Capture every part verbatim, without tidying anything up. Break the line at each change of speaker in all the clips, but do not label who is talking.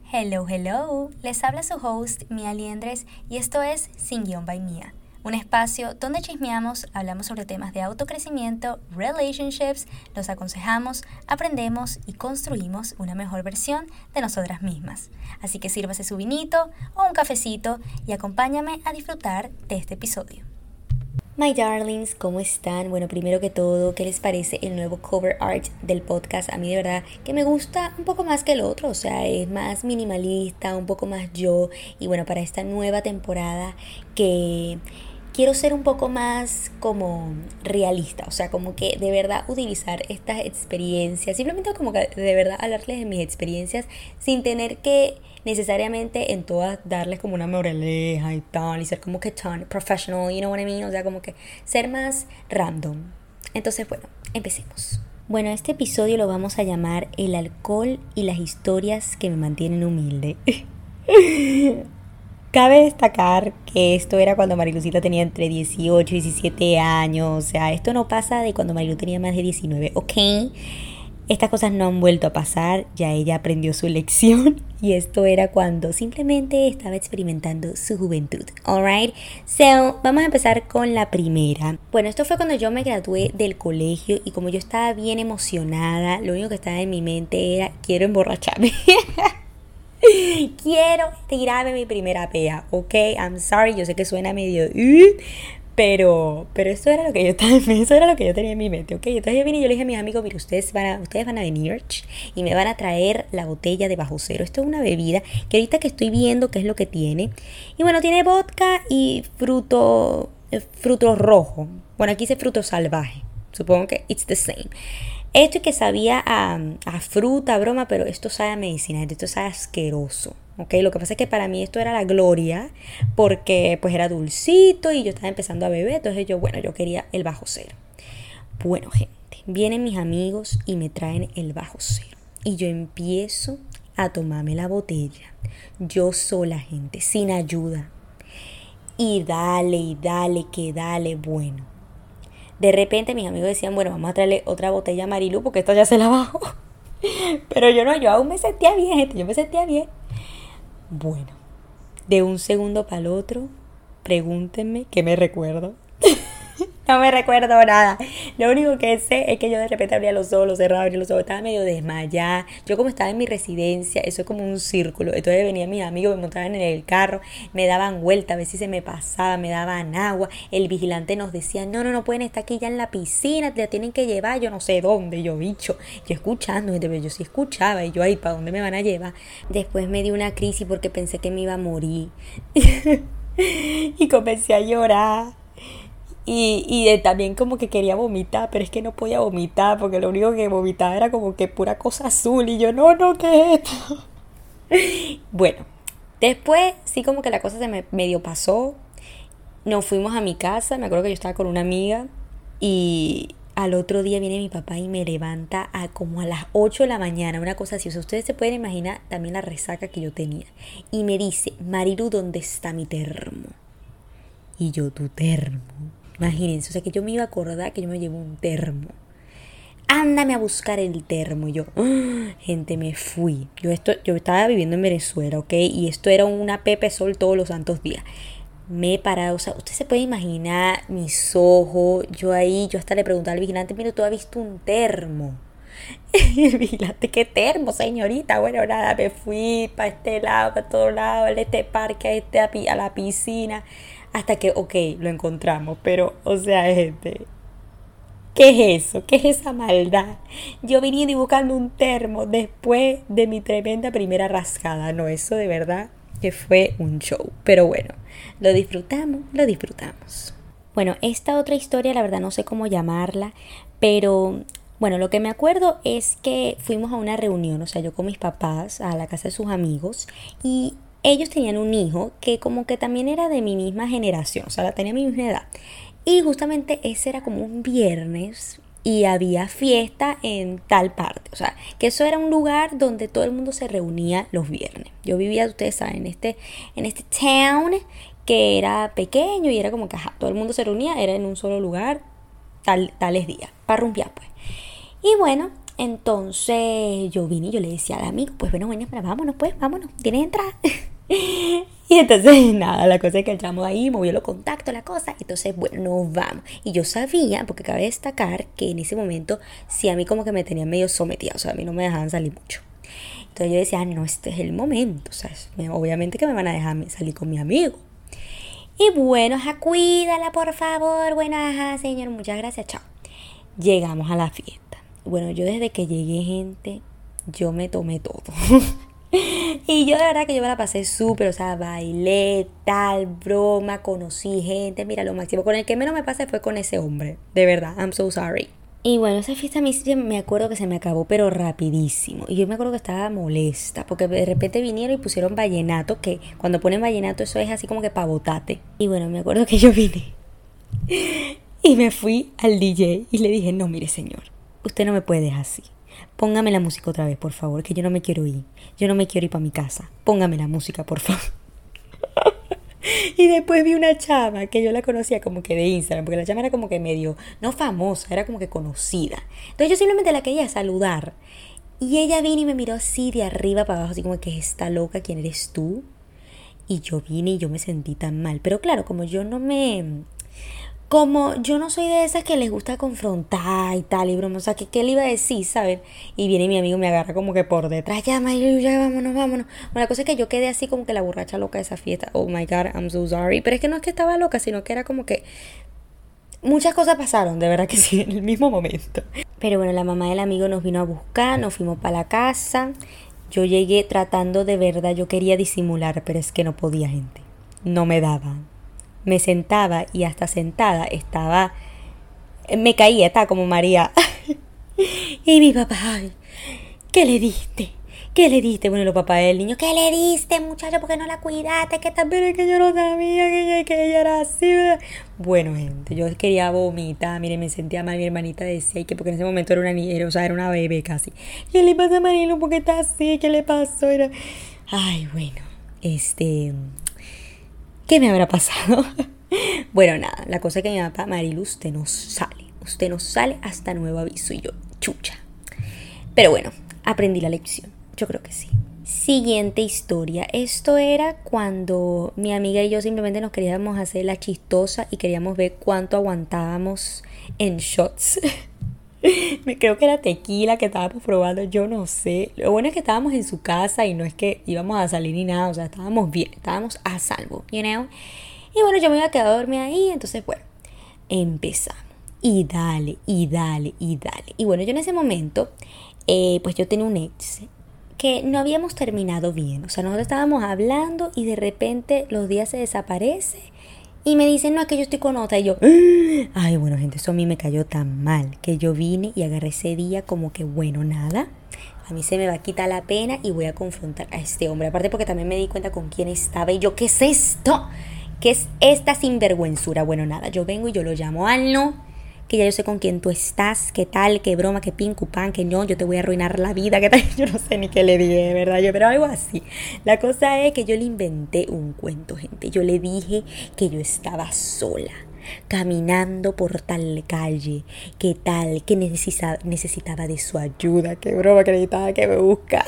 Hello, hello, les habla su host Mía Liendres y esto es Sin Guión by Mía, un espacio donde chismeamos, hablamos sobre temas de autocrecimiento, relationships, los aconsejamos, aprendemos y construimos una mejor versión de nosotras mismas. Así que sírvase su vinito o un cafecito y acompáñame a disfrutar de este episodio. My darlings, ¿cómo están? Bueno, primero que todo, ¿qué les parece el nuevo cover art del podcast? A mí de verdad que me gusta un poco más que el otro, o sea, es más minimalista, un poco más yo. Y bueno, para esta nueva temporada que quiero ser un poco más como realista, o sea, como que de verdad utilizar estas experiencias, simplemente como que de verdad hablarles de mis experiencias sin tener que necesariamente en todas darles como una moraleja y tal, y ser como que tan professional, you know what I mean, o sea, como que ser más random. Entonces, bueno, empecemos. Bueno, este episodio lo vamos a llamar El alcohol y las historias que me mantienen humilde. Cabe destacar que esto era cuando Marilucita tenía entre dieciocho y diecisiete años, o sea, esto no pasa de cuando Marilu tenía más de diecinueve, ¿ok? Estas cosas no han vuelto a pasar, ya ella aprendió su lección y esto era cuando simplemente estaba experimentando su juventud, alright? So, vamos a empezar con la primera. Bueno, esto fue cuando yo me gradué del colegio y como yo estaba bien emocionada, lo único que estaba en mi mente era, quiero emborracharme. Quiero tirarme mi primera pea, ok, I'm sorry, yo sé que suena medio... Uh, Pero, pero eso era lo que yo estaba, eso era lo que yo tenía en mi mente, ¿ok? Entonces yo vine y yo le dije a mis amigos, mire, ustedes van a, ustedes van a venir y me van a traer la botella de Bajo Cero. Esto es una bebida que ahorita que estoy viendo qué es lo que tiene. Y bueno, tiene vodka y fruto, fruto rojo. Bueno, aquí dice fruto salvaje. Supongo que it's the same. Esto que sabía a, a fruta, a broma, pero esto sabe a medicina, esto sabe asqueroso. Okay, lo que pasa es que para mí esto era la gloria porque pues era dulcito y yo estaba empezando a beber, entonces yo, bueno, yo quería el Bajo Cero. Bueno, gente, vienen mis amigos y me traen el Bajo Cero y yo empiezo a tomarme la botella, yo sola, gente, sin ayuda. Y dale, y dale, que dale, bueno. De repente mis amigos decían, bueno, vamos a traerle otra botella a Marilu porque esta ya se la bajó. Pero yo no, yo aún me sentía bien, gente, yo me sentía bien. Bueno, de un segundo para el otro, pregúntenme qué me recuerdo. No me recuerdo nada. Lo único que sé es que yo de repente abría los ojos, los cerraba, abría los ojos, estaba medio desmayada. Yo como estaba en mi residencia, eso es como un círculo. Entonces venían mis amigos, me montaban en el carro, me daban vuelta, a ver si se me pasaba, me daban agua. El vigilante nos decía, no, no, no pueden estar aquí ya en la piscina, te la tienen que llevar, yo no sé dónde. Yo, bicho, yo escuchando, yo sí escuchaba y yo, ay, ¿para dónde me van a llevar? Después me dio una crisis porque pensé que me iba a morir. Y comencé a llorar. Y, y eh, también como que quería vomitar, pero es que no podía vomitar porque lo único que vomitaba era como que pura cosa azul. Y yo, no, no, ¿qué es esto? Bueno, después sí como que la cosa se me medio pasó. Nos fuimos a mi casa, me acuerdo que yo estaba con una amiga. Y al otro día viene mi papá y me levanta a como a las ocho de la mañana, una cosa así. O sea, ustedes se pueden imaginar también la resaca que yo tenía. Y me dice, Marilu, ¿dónde está mi termo? Y yo, tu termo. Imagínense, o sea que yo me iba a acordar que yo me llevo un termo. Ándame a buscar el termo. Y yo, ¡oh! Gente, me fui. Yo esto, yo estaba viviendo en Venezuela, ¿ok? Y esto era una Pepe Sol todos los santos días. Me he parado, o sea, usted se puede imaginar mis ojos. Yo ahí, yo hasta le preguntaba al vigilante, mira, ¿tú has visto un termo? Y el vigilante, ¿qué termo, señorita? Bueno, nada, me fui para este lado, para todo lado, a este parque, a, este, a la piscina. Hasta que, ok, lo encontramos, pero, o sea, gente, ¿qué es eso? ¿Qué es esa maldad? Yo viniendo y buscando un termo después de mi tremenda primera rascada. No, eso de verdad que fue un show. Pero bueno, lo disfrutamos, lo disfrutamos. Bueno, esta otra historia, la verdad no sé cómo llamarla, pero bueno, lo que me acuerdo es que fuimos a una reunión, o sea, yo con mis papás a la casa de sus amigos y ellos tenían un hijo que como que también era de mi misma generación, o sea, tenía mi misma edad. Y justamente ese era como un viernes y había fiesta en tal parte. O sea, que eso era un lugar donde todo el mundo se reunía los viernes. Yo vivía, ustedes saben, en este, en este town que era pequeño y era como que ajá, todo el mundo se reunía, era en un solo lugar, tal, tales días, para rumbear pues. Y bueno, Entonces yo vine y yo le decía al amigo, pues bueno, bueno, pero vámonos, pues, vámonos, tienes entrada. Y entonces nada, la cosa es que el chamo ahí movió los contactos, la cosa. Entonces, bueno, nos vamos. Y yo sabía, porque cabe destacar que en ese momento sí a mí como que me tenían medio sometida, o sea, a mí no me dejaban salir mucho. Entonces yo decía, ah, no, este es el momento, o sea, obviamente que me van a dejar salir con mi amigo. Y bueno, ajá, cuídala por favor, bueno, ajá, señor, muchas gracias, chao. Llegamos a la fiesta. Bueno, yo desde que llegué, gente, yo me tomé todo. Y yo de verdad que yo me la pasé súper, o sea, bailé, tal, broma, conocí gente, mira, lo máximo. Con el que menos me pasé fue con ese hombre, de verdad, I'm so sorry. Y bueno, esa fiesta a mí me acuerdo que se me acabó, pero rapidísimo. Y yo me acuerdo que estaba molesta, porque de repente vinieron y pusieron vallenato, que cuando ponen vallenato eso es así como que pavotate. Y bueno, me acuerdo que yo vine y me fui al D J y le dije, no, mire señor, usted no me puede dejar así. Póngame la música otra vez, por favor, que yo no me quiero ir. Yo no me quiero ir para mi casa. Póngame la música, por favor. Y después vi una chama que yo la conocía como que de Instagram, porque la chama era como que medio, no famosa, era como que conocida. Entonces yo simplemente la quería saludar. Y ella vino y me miró así de arriba para abajo, así como que está loca, ¿quién eres tú? Y yo vine y yo me sentí tan mal. Pero claro, como yo no me... Como yo no soy de esas que les gusta confrontar y tal, y broma, o sea, ¿qué, qué le iba a decir, saben? Y viene mi amigo y me agarra como que por detrás, ya, Maylu, ya, vámonos, vámonos. Bueno, la cosa es que yo quedé así como que la borracha loca de esa fiesta. Oh my God, I'm so sorry. Pero es que no es que estaba loca, sino que era como que muchas cosas pasaron, de verdad que sí, en el mismo momento. Pero bueno, la mamá del amigo nos vino a buscar, nos fuimos para la casa. Yo llegué tratando de verdad, yo quería disimular, pero es que no podía, gente. No me daba. Me sentaba y hasta sentada estaba, me caía, estaba como María. Y mi papá, ay, ¿qué le diste? ¿Qué le diste? Bueno, los papás del niño, ¿qué le diste, muchacho? ¿Por qué no la cuidaste? Que también es que yo no sabía que ella, que ella era así. Bueno, gente, yo quería vomitar, miren, me sentía mal, mi hermanita decía, y que porque en ese momento era una niña, o sea, era una bebé casi. ¿Qué le pasa a Marilu? ¿Por qué está así? ¿Qué le pasó? Era... Ay, bueno, este... ¿Qué me habrá pasado? Bueno, nada, la cosa es que mi papá, Marilu, usted no sale. Usted no sale hasta nuevo aviso. Y yo, chucha. Pero bueno, aprendí la lección. Yo creo que sí. Siguiente historia. Esto era cuando mi amiga y yo simplemente nos queríamos hacer la chistosa y queríamos ver cuánto aguantábamos en shots. Me creo que era tequila que estábamos probando, yo no sé. Lo bueno es que estábamos en su casa y no es que íbamos a salir ni nada, o sea, estábamos bien, estábamos a salvo, you know. Y bueno, yo me iba a quedar a dormir ahí, entonces bueno, empezamos. Y dale, y dale, y dale. Y bueno, yo en ese momento, eh, pues yo tenía un ex que no habíamos terminado bien. O sea, nosotros estábamos hablando y de repente los días se desaparece. Y me dicen, no, es que yo estoy con otra. Y yo, ay, bueno, gente, eso a mí me cayó tan mal que yo vine y agarré ese día como que, bueno, nada. A mí se me va a quitar la pena y voy a confrontar a este hombre. Aparte porque también me di cuenta con quién estaba. Y yo, ¿qué es esto? ¿Qué es esta sinvergüenzura? Bueno, nada, yo vengo y yo lo llamo al no. Que ya yo sé con quién tú estás, qué tal, qué broma, qué pin, cupán, que no, yo te voy a arruinar la vida, qué tal, yo no sé ni qué le dije, de verdad, yo, pero algo así. La cosa es que yo le inventé un cuento, gente. Yo le dije que yo estaba sola, caminando por tal calle, qué tal, que necesitaba, necesitaba de su ayuda, qué broma, que necesitaba que me buscara.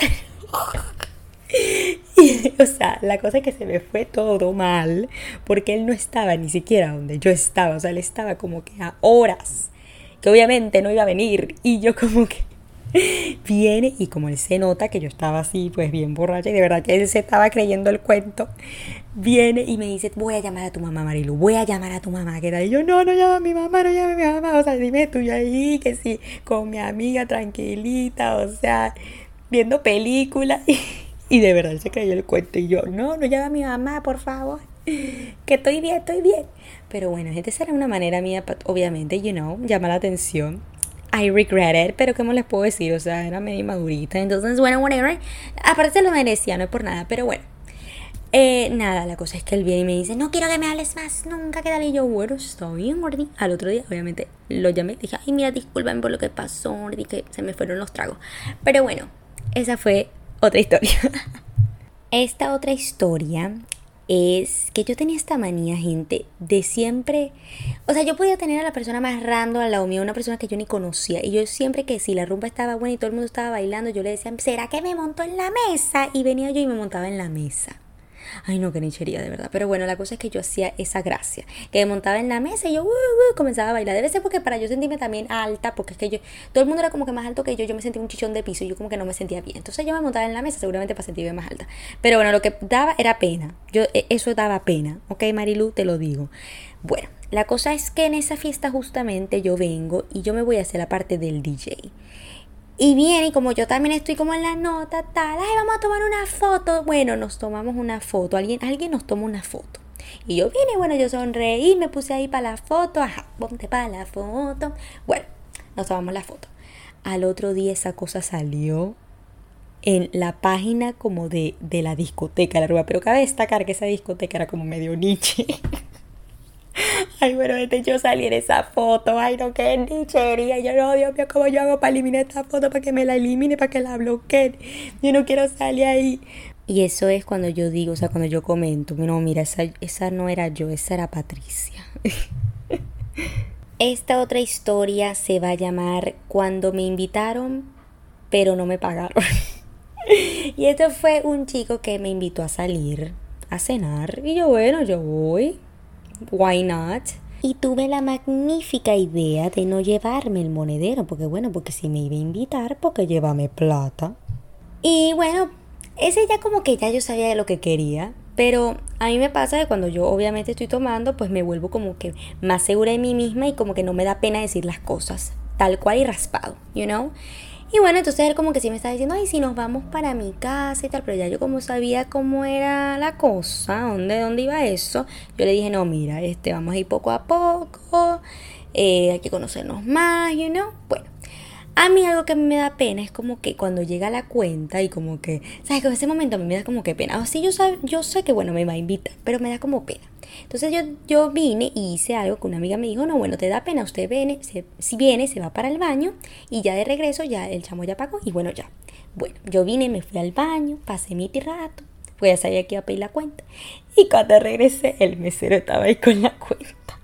Y, o sea, la cosa es que se me fue todo mal porque él no estaba ni siquiera donde yo estaba, o sea, él estaba como que a horas, que obviamente no iba a venir, y yo como que viene y como él se nota que yo estaba así pues bien borracha y de verdad que él se estaba creyendo el cuento, viene y me dice, voy a llamar a tu mamá, Marilu, voy a llamar a tu mamá, ¿qué tal? Y yo, no, no llama a mi mamá, no llama a mi mamá, o sea, dime tú yo ahí, que sí, con mi amiga tranquilita, o sea, viendo películas. Y de verdad se creyó el cuento. Y yo, no, no llama a mi mamá, por favor. Que estoy bien, estoy bien. Pero bueno, gente, esa era una manera mía, obviamente, you know, llamar la atención. I regret it, pero ¿cómo les puedo decir? O sea, era medio madurita. Entonces, bueno, whatever. Aparte se lo merecía, no es por nada, pero bueno. Eh, nada, la cosa es que él viene y me dice, no quiero que me hables más nunca, ¿qué tal? Y yo, bueno, estoy bien, Gordi. Al otro día, obviamente, lo llamé y dije, ay, mira, discúlpame por lo que pasó, Gordi, que se me fueron los tragos. Pero bueno, esa fue otra historia. Esta otra historia es que yo tenía esta manía, gente, de siempre, o sea, yo podía tener a la persona más random al lado mío, una persona que yo ni conocía, y yo siempre que si la rumba estaba buena y todo el mundo estaba bailando, yo le decía, ¿será que me monto en la mesa? Y venía yo y me montaba en la mesa. Ay, no, qué nichería, de verdad. Pero bueno, la cosa es que yo hacía esa gracia. Que me montaba en la mesa y yo uh, uh, comenzaba a bailar. Debe ser porque para yo sentirme también alta, porque es que yo, todo el mundo era como que más alto que yo, yo me sentía un chichón de piso y yo como que no me sentía bien. Entonces yo me montaba en la mesa seguramente para sentirme más alta. Pero bueno, lo que daba era pena. Yo, eso daba pena. Ok, Marilu, te lo digo. Bueno, la cosa es que en esa fiesta justamente yo vengo y yo me voy a hacer la parte del D J. Y viene, y como yo también estoy como en la nota, tal, ay, vamos a tomar una foto. Bueno, nos tomamos una foto, alguien, alguien nos toma una foto. Y yo vine, bueno, yo sonreí, me puse ahí para la foto, ajá, ponte para la foto. Bueno, nos tomamos la foto. Al otro día esa cosa salió en la página como de, de la discoteca, la ruba. Pero cabe destacar que esa discoteca era como medio niche. Ay, bueno, este yo salí en esa foto. Ay, no, qué nichería. Yo no, Dios mío, ¿cómo yo hago para eliminar esta foto? Para que me la elimine, para que la bloqueen. Yo no quiero salir ahí. Y eso es cuando yo digo, o sea, cuando yo comento, no, mira, esa, esa no era yo, esa era Patricia. Esta otra historia se va a llamar Cuando me invitaron, pero no me pagaron. Y esto fue un chico que me invitó a salir, a cenar. Y yo, bueno, yo voy. Why not? Y tuve la magnífica idea de no llevarme el monedero, porque bueno, porque si me iba a invitar, porque llévame plata. Y bueno, ese ya como que ya yo sabía de lo que quería, pero a mí me pasa que cuando yo obviamente estoy tomando, pues me vuelvo como que más segura de mí misma y como que no me da pena decir las cosas, tal cual y raspado, you know? Y bueno, entonces él como que sí me estaba diciendo, ay, si nos vamos para mi casa y tal, pero ya yo como sabía cómo era la cosa, dónde, dónde iba eso, yo le dije, no, mira, este, vamos a ir poco a poco, eh, hay que conocernos más, you know, bueno. A mí algo que me da pena es como que cuando llega la cuenta y como que, ¿sabes? Que en ese momento a mí me da como que pena. O sí, yo, sab, yo sé que, bueno, me va a invitar, pero me da como pena. Entonces yo, yo vine y hice algo que una amiga me dijo, no, bueno, te da pena, usted viene, se, si viene, se va para el baño y ya de regreso ya el chamo ya pagó y bueno, ya. Bueno, yo vine, me fui al baño, pasé mi rato, pues ya sabía que iba a pedir la cuenta. Y cuando regresé, el mesero estaba ahí con la cuenta.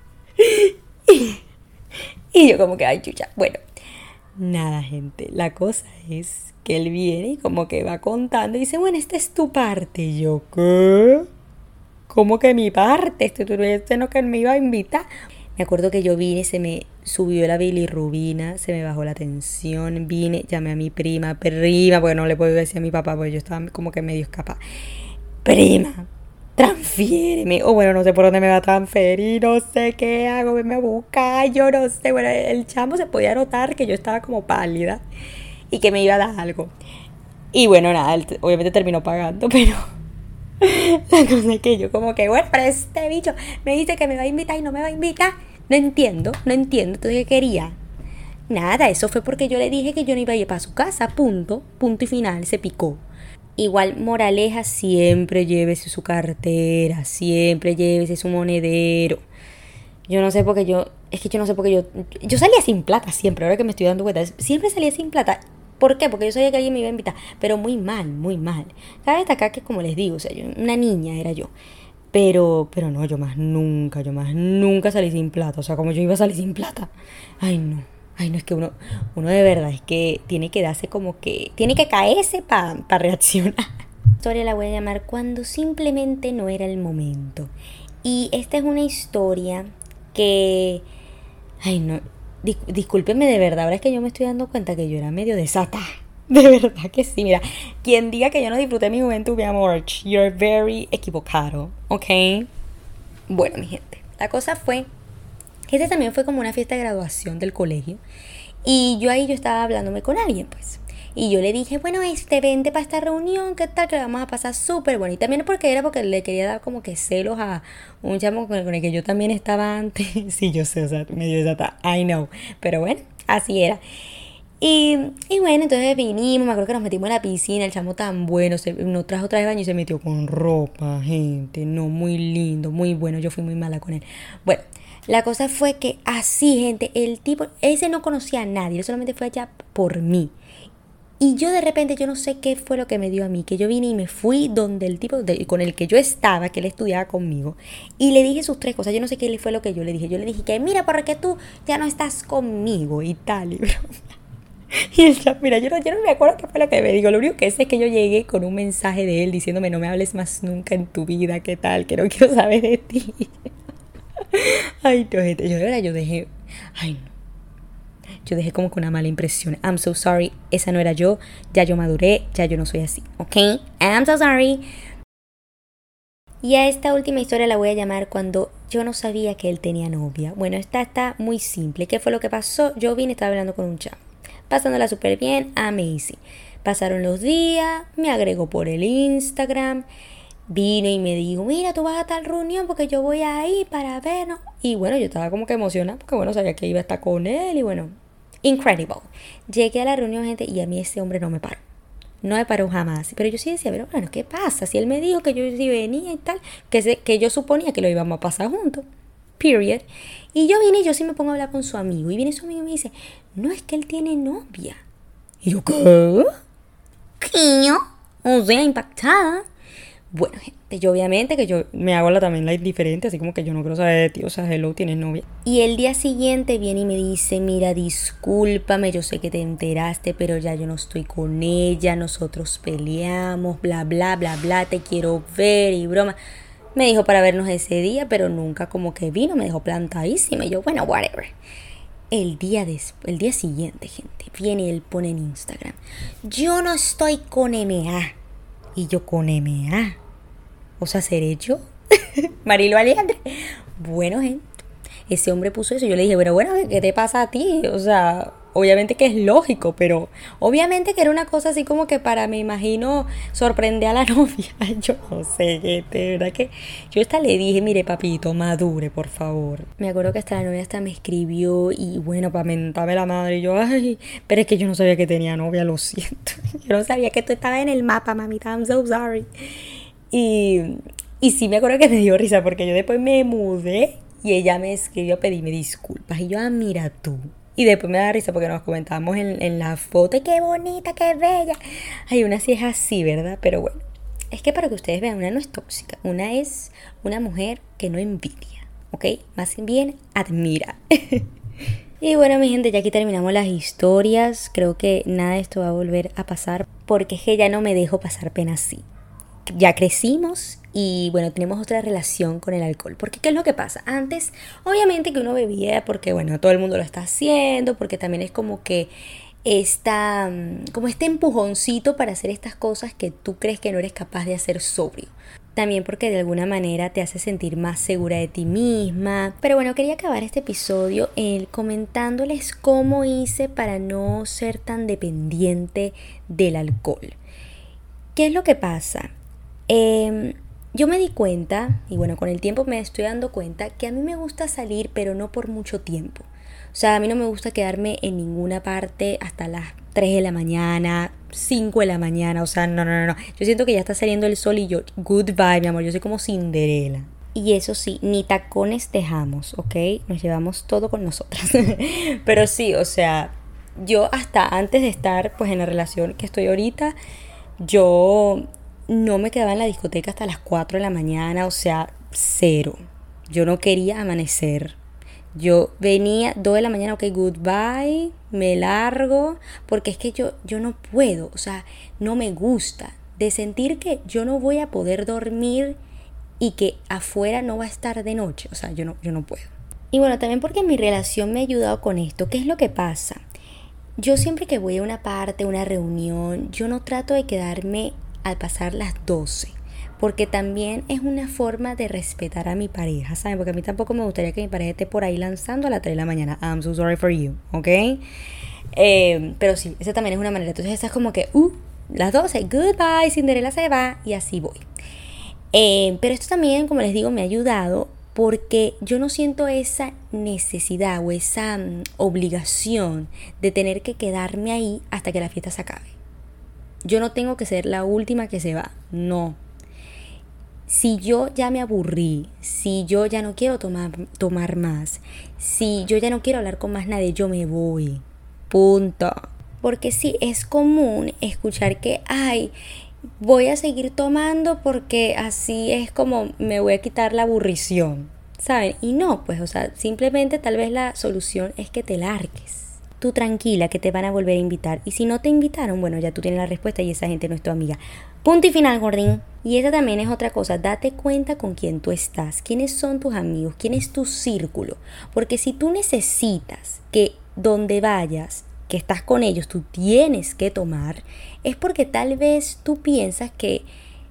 Y, y yo como que, ay, chucha, bueno. Nada, gente, la cosa es que él viene y como que va contando y dice, bueno, esta es tu parte. Y yo, ¿qué? ¿Cómo que mi parte? Este, este no que me iba a invitar. Me acuerdo que yo vine y se me subió la bilirrubina, se me bajó la tensión, vine, llamé a mi prima, prima, porque no le puedo decir a mi papá, porque yo estaba como que medio escapada. Prima, transfiéreme, o bueno, no sé por dónde me va a transferir, no sé qué hago, me a buscar, yo no sé, bueno, el chamo se podía notar que yo estaba como pálida y que me iba a dar algo. Y bueno, nada, él obviamente terminó pagando, pero la cosa es que yo como que, bueno, pero este bicho me dice que me va a invitar y no me va a invitar, no entiendo, no entiendo, entonces ¿qué quería? Nada, eso fue porque yo le dije que yo no iba a ir para su casa, punto, punto y final, se picó. Igual, moraleja, siempre llévese su cartera, siempre llévese su monedero. Yo no sé por qué yo, es que yo no sé por qué yo, yo salía sin plata siempre, ahora que me estoy dando cuenta, siempre salía sin plata. ¿Por qué? Porque yo sabía que alguien me iba a invitar, pero muy mal, muy mal. Cabe destacar que, como les digo, o sea, yo, una niña era yo. Pero, pero no, yo más nunca, yo más nunca salí sin plata, o sea, como yo iba a salir sin plata. Ay, no. Ay, no, es que uno, uno de verdad es que tiene que darse como que, tiene que caerse para pa reaccionar. La historia la voy a llamar Cuando simplemente no era el momento. Y esta es una historia que, ay no, dis, discúlpenme de verdad, ahora es que yo me estoy dando cuenta que yo era medio desatada. De verdad que sí, mira, quien diga que yo no disfruté mi juventud, mi amor, you're very equivocado, ¿ok? Bueno, mi gente, la cosa fue... Este también fue como una fiesta de graduación del colegio. Y yo ahí yo estaba hablándome con alguien, pues. Y yo le dije, bueno, este, vente para esta reunión, ¿qué tal? Que la vamos a pasar súper bueno. Y también porque era porque le quería dar como que celos a un chamo con el, con el que yo también estaba antes. Sí, yo sé, o sea, medio desata, I know. Pero bueno, así era. Y, y bueno, entonces vinimos, me acuerdo que nos metimos en la piscina, el chamo tan bueno, se, nos trajo otra vez baño y se metió con ropa, gente. No, muy lindo, muy bueno, yo fui muy mala con él. Bueno. La cosa fue que así, gente, el tipo, ese no conocía a nadie, él solamente fue allá por mí. Y yo de repente, yo no sé qué fue lo que me dio a mí, que yo vine y me fui donde el tipo de, con el que yo estaba, que él estudiaba conmigo, y le dije sus tres cosas. Yo no sé qué fue lo que yo le dije. Yo le dije que mira, porque tú ya no estás conmigo y tal. Y, y él ya, mira, yo no, yo no me acuerdo qué fue lo que me dijo. Lo único que sé es que yo llegué con un mensaje de él diciéndome no me hables más nunca en tu vida, qué tal, que no quiero saber de ti. Ay, no, gente, yo de verdad, yo dejé, ay, no. Yo dejé como con una mala impresión. I'm so sorry, esa no era yo. Ya yo maduré, ya yo no soy así, ¿ok? I'm so sorry. Y a esta última historia la voy a llamar cuando yo no sabía que él tenía novia. Bueno, esta está muy simple. ¿Qué fue lo que pasó? Yo vine y estaba hablando con un chavo, pasándola súper bien, amazing. Pasaron los días, me agregó por el Instagram, vino y me dijo, mira, tú vas a tal reunión porque yo voy ahí para vernos. Y bueno, yo estaba como que emocionada porque bueno, sabía que iba a estar con él y bueno, incredible. Llegué a la reunión, gente, y a mí ese hombre no me paró. No me paró jamás. Pero yo sí decía, pero bueno, ¿qué pasa? Si él me dijo que yo sí venía y tal, que, se, que yo suponía que lo íbamos a pasar juntos. Period. Y yo vine y yo sí me pongo a hablar con su amigo. Y viene su amigo y me dice, no, es que él tiene novia. Y yo, ¿qué? ¿Qué? O sea, impactada. Bueno, gente, yo obviamente que yo me hago la también la diferente, así como que yo no quiero saber de ti, o sea, hello, tienes novia. Y el día siguiente viene y me dice, mira, discúlpame, yo sé que te enteraste, pero ya yo no estoy con ella, nosotros peleamos, bla, bla, bla, bla, te quiero ver y broma. Me dijo para vernos ese día, pero nunca como que vino, me dejó plantadísima. Y yo, bueno, whatever. El día, de, el día siguiente, gente, viene y él pone en Instagram, yo no estoy con M A. Y yo, con M A. O sea, ¿seré yo? Marilo Alejandre. Bueno, gente, ese hombre puso eso. Yo le dije, pero bueno, ¿qué te pasa a ti? O sea, obviamente que es lógico, pero obviamente que era una cosa así como que para, me imagino, sorprender a la novia. Yo no sé, gente, de verdad que yo hasta le dije, mire, papito, madure, por favor. Me acuerdo que hasta la novia hasta me escribió y bueno, para mentarme la madre. Y yo, ay, pero es que yo no sabía que tenía novia, lo siento. Yo no sabía que tú estabas en el mapa, mamita, I'm so sorry. Y, y sí me acuerdo que me dio risa porque yo después me mudé y ella me escribió a pedirme disculpas. Y yo, ah, mira tú. Y después me da risa porque nos comentábamos en, en la foto. ¡Y qué bonita, qué bella! Ay, una sí es así, ¿verdad? Pero bueno, es que para que ustedes vean, una no es tóxica. Una es una mujer que no envidia, ¿ok? Más bien admira. Y bueno, mi gente, ya aquí terminamos las historias. Creo que nada de esto va a volver a pasar porque es que ya no me dejo pasar pena así. Ya crecimos y bueno, tenemos otra relación con el alcohol. Porque ¿qué es lo que pasa? Antes, obviamente que uno bebía porque bueno, todo el mundo lo está haciendo, porque también es como que esta, como este empujoncito para hacer estas cosas que tú crees que no eres capaz de hacer sobrio. También porque de alguna manera te hace sentir más segura de ti misma. Pero bueno, quería acabar este episodio eh, comentándoles cómo hice para no ser tan dependiente del alcohol. ¿Qué es lo que pasa? Eh, yo me di cuenta, y bueno, con el tiempo me estoy dando cuenta, que a mí me gusta salir, pero no por mucho tiempo. O sea, a mí no me gusta quedarme en ninguna parte hasta las tres de la mañana, cinco de la mañana, o sea, no, no, no, no. Yo siento que ya está saliendo el sol y yo, goodbye, mi amor, yo soy como Cinderela. Y eso sí, ni tacones dejamos, ¿ok? Nos llevamos todo con nosotras. Pero sí, o sea, yo hasta antes de estar pues en la relación que estoy ahorita, yo no me quedaba en la discoteca hasta las cuatro de la mañana, o sea, cero. Yo no quería amanecer. Yo venía dos de la mañana, ok, goodbye, me largo, porque es que yo, yo no puedo, o sea, no me gusta de sentir que yo no voy a poder dormir y que afuera no va a estar de noche, o sea, yo no, yo no puedo. Y bueno, también porque mi relación me ha ayudado con esto. ¿Qué es lo que pasa? Yo siempre que voy a una parte, una reunión, yo no trato de quedarme al pasar las doce. Porque también es una forma de respetar a mi pareja, ¿saben? Porque a mí tampoco me gustaría que mi pareja esté por ahí lanzando a las tres de la mañana. I'm so sorry for you, ¿ok? Eh, pero sí, esa también es una manera. Entonces esa es como que, uh, las doce, goodbye, Cinderella se va y así voy. Eh, pero esto también, como les digo, me ha ayudado porque yo no siento esa necesidad o esa um, obligación de tener que quedarme ahí hasta que la fiesta se acabe. Yo no tengo que ser la última que se va, no. Si yo ya me aburrí, si yo ya no quiero tomar, tomar más, si yo ya no quiero hablar con más nadie, yo me voy. Punto. Porque sí, es común escuchar que, ay, voy a seguir tomando porque así es como me voy a quitar la aburrición, ¿saben? Y no, pues, o sea, simplemente tal vez la solución es que te largues. Tú tranquila que te van a volver a invitar. Y si no te invitaron, bueno, ya tú tienes la respuesta y esa gente no es tu amiga. Punto y final, gordín. Y esa también es otra cosa. Date cuenta con quién tú estás. ¿Quiénes son tus amigos? ¿Quién es tu círculo? Porque si tú necesitas que donde vayas, que estás con ellos, tú tienes que tomar, es porque tal vez tú piensas que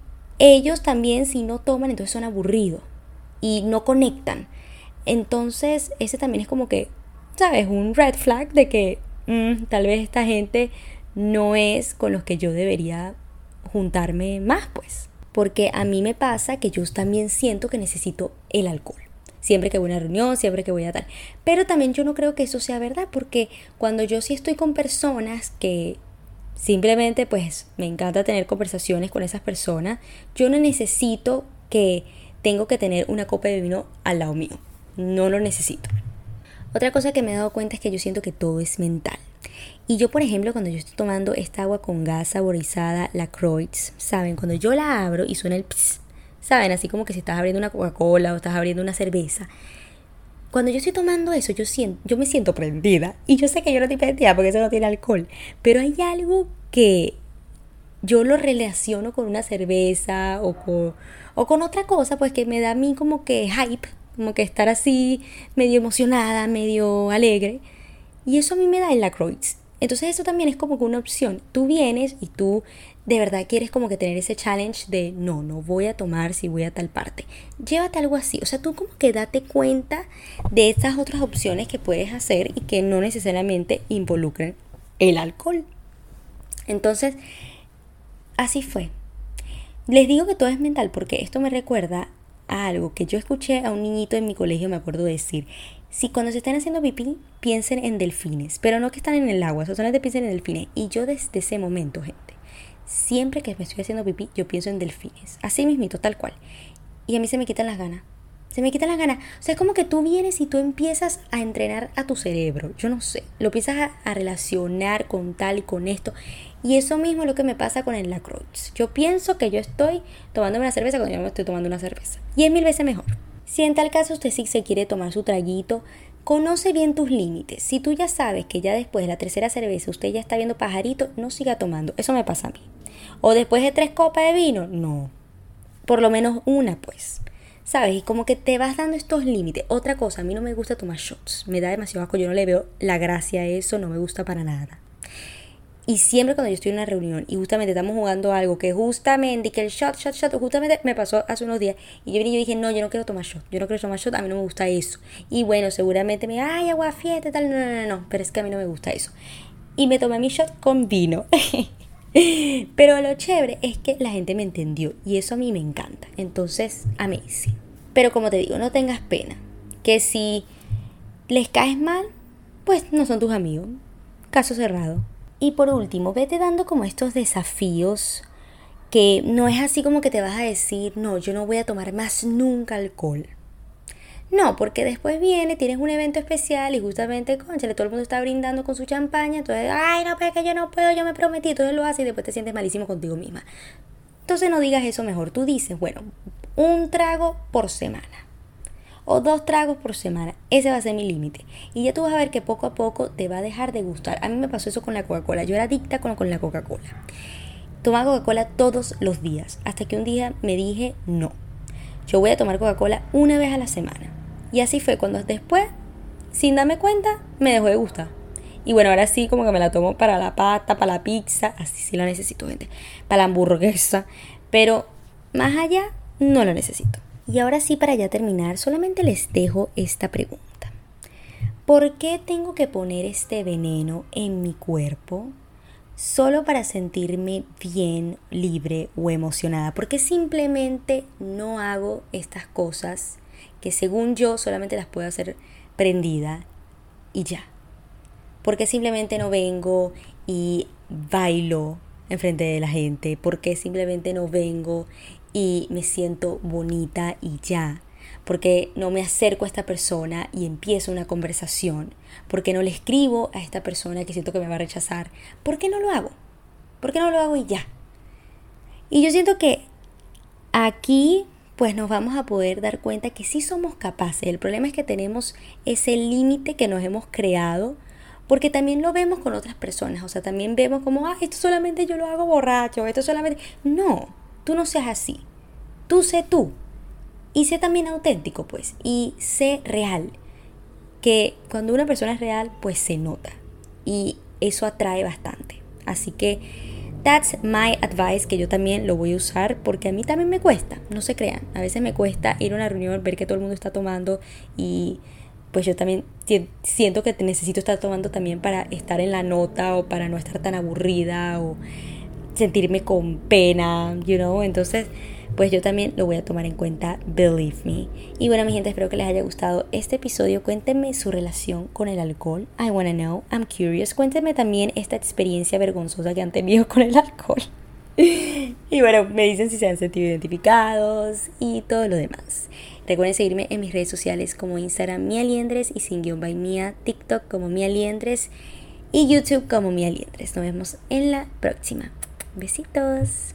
ellos también, si no toman, entonces son aburridos y no conectan. Entonces, ese también es como que, ¿sabes? Un red flag de que mmm, tal vez esta gente no es con los que yo debería juntarme más, pues. Porque a mí me pasa que yo también siento que necesito el alcohol. Siempre que voy a una reunión, siempre que voy a tal. Pero también yo no creo que eso sea verdad, porque cuando yo sí estoy con personas que simplemente pues me encanta tener conversaciones con esas personas, yo no necesito que tengo que tener una copa de vino al lado mío. No lo necesito. Otra cosa que me he dado cuenta es que yo siento que todo es mental. Y yo, por ejemplo, cuando yo estoy tomando esta agua con gas saborizada, la Croix, ¿saben? Cuando yo la abro y suena el pss, ¿saben? Así como que si estás abriendo una Coca-Cola o estás abriendo una cerveza. Cuando yo estoy tomando eso, yo, siento, yo me siento prendida. Y yo sé que yo no estoy prendida porque eso no tiene alcohol. Pero hay algo que yo lo relaciono con una cerveza o con, o con otra cosa, pues que me da a mí como que hype. Como que estar así medio emocionada, medio alegre. Y eso a mí me da el Lacroix. Entonces eso también es como que una opción. Tú vienes y tú de verdad quieres como que tener ese challenge de no, no voy a tomar si voy a tal parte. Llévate algo así. O sea, tú como que date cuenta de estas otras opciones que puedes hacer y que no necesariamente involucren el alcohol. Entonces, así fue. Les digo que todo es mental porque esto me recuerda a algo que yo escuché a un niñito en mi colegio, me acuerdo decir. Si cuando se están haciendo pipí, piensen en delfines, pero no que están en el agua, solamente piensen en delfines. Y yo desde ese momento, gente, siempre que me estoy haciendo pipí, yo pienso en delfines, así mismito, tal cual. Y a mí se me quitan las ganas, se me quitan las ganas. O sea, es como que tú vienes y tú empiezas a entrenar a tu cerebro, yo no sé, lo empiezas a, a relacionar con tal y con esto. Y eso mismo es lo que me pasa con el Lacroix. Yo pienso que yo estoy tomándome una cerveza cuando yo no me estoy tomando una cerveza. Y es mil veces mejor. Si en tal caso usted sí se quiere tomar su traguito, conoce bien tus límites. Si tú ya sabes que ya después de la tercera cerveza usted ya está viendo pajarito, no siga tomando. Eso me pasa a mí. O después de tres copas de vino, no. Por lo menos una, pues. ¿Sabes? Y como que te vas dando estos límites. Otra cosa, a mí no me gusta tomar shots. Me da demasiado asco. Yo no le veo la gracia a eso. No me gusta para nada. Y siempre cuando yo estoy en una reunión y justamente estamos jugando algo que justamente, que el shot, shot, shot, justamente me pasó hace unos días. Y yo vine y yo dije, no, yo no quiero tomar shot. Yo no quiero tomar shot, a mí no me gusta eso. Y bueno, seguramente me, ay, agua fiesta, tal. No, no, no, no. Pero es que a mí no me gusta eso. Y me tomé mi shot con vino. Pero lo chévere es que la gente me entendió. Y eso a mí me encanta. Entonces, amazing. Pero como te digo, no tengas pena. Que si les caes mal, pues no son tus amigos. Caso cerrado. Y por último, vete dando como estos desafíos que no es así como que te vas a decir, no, yo no voy a tomar más nunca alcohol. No, porque después viene, tienes un evento especial y justamente, cónchale, todo el mundo está brindando con su champaña, entonces, ay, no, pero es que yo no puedo, yo me prometí, entonces lo haces y después te sientes malísimo contigo misma. Entonces no digas eso mejor, tú dices, bueno, un trago por semana. O dos tragos por semana. Ese va a ser mi límite. Y ya tú vas a ver que poco a poco te va a dejar de gustar. A mí me pasó eso con la Coca-Cola. Yo era adicta con, con la Coca-Cola. Tomaba Coca-Cola todos los días. Hasta que un día me dije, no. Yo voy a tomar Coca-Cola una vez a la semana. Y así fue cuando después, sin darme cuenta, me dejó de gustar. Y bueno, ahora sí como que me la tomo para la pasta, para la pizza. Así sí la necesito, gente. Para la hamburguesa. Pero más allá, no lo necesito. Y ahora sí, para ya terminar, solamente les dejo esta pregunta. ¿Por qué tengo que poner este veneno en mi cuerpo solo para sentirme bien, libre o emocionada? ¿Por qué simplemente no hago estas cosas que según yo solamente las puedo hacer prendida y ya? ¿Por qué simplemente no vengo y bailo enfrente de la gente? ¿Por qué simplemente no vengo y me siento bonita y ya? ¿Por qué no me acerco a esta persona y empiezo una conversación? ¿Por qué no le escribo a esta persona que siento que me va a rechazar? ¿Por qué no lo hago? ¿Por qué no lo hago y ya? Y yo siento que aquí pues nos vamos a poder dar cuenta que sí somos capaces. El problema es que tenemos ese límite que nos hemos creado, porque también lo vemos con otras personas. O sea, también vemos como, ah, esto solamente yo lo hago borracho, esto solamente... No, tú no seas así. Tú sé tú. Y sé también auténtico, pues. Y sé real. Que cuando una persona es real, pues se nota. Y eso atrae bastante. Así que that's my advice, que yo también lo voy a usar porque a mí también me cuesta, no se crean. A veces me cuesta ir a una reunión, ver que todo el mundo está tomando y pues yo también siento que necesito estar tomando también para estar en la nota o para no estar tan aburrida o sentirme con pena, you know. Entonces pues yo también lo voy a tomar en cuenta, believe me. Y bueno, mi gente, espero que les haya gustado este episodio. Cuéntenme su relación con el alcohol. I wanna know, I'm curious. Cuéntenme también esta experiencia vergonzosa que han tenido con el alcohol. Y bueno, me dicen si se han sentido identificados y todo lo demás. Recuerden seguirme en mis redes sociales como Instagram Mía Liendres y sin guión by Mía, TikTok como Mía Liendres y YouTube como Mía Liendres. Nos vemos en la próxima. Besitos.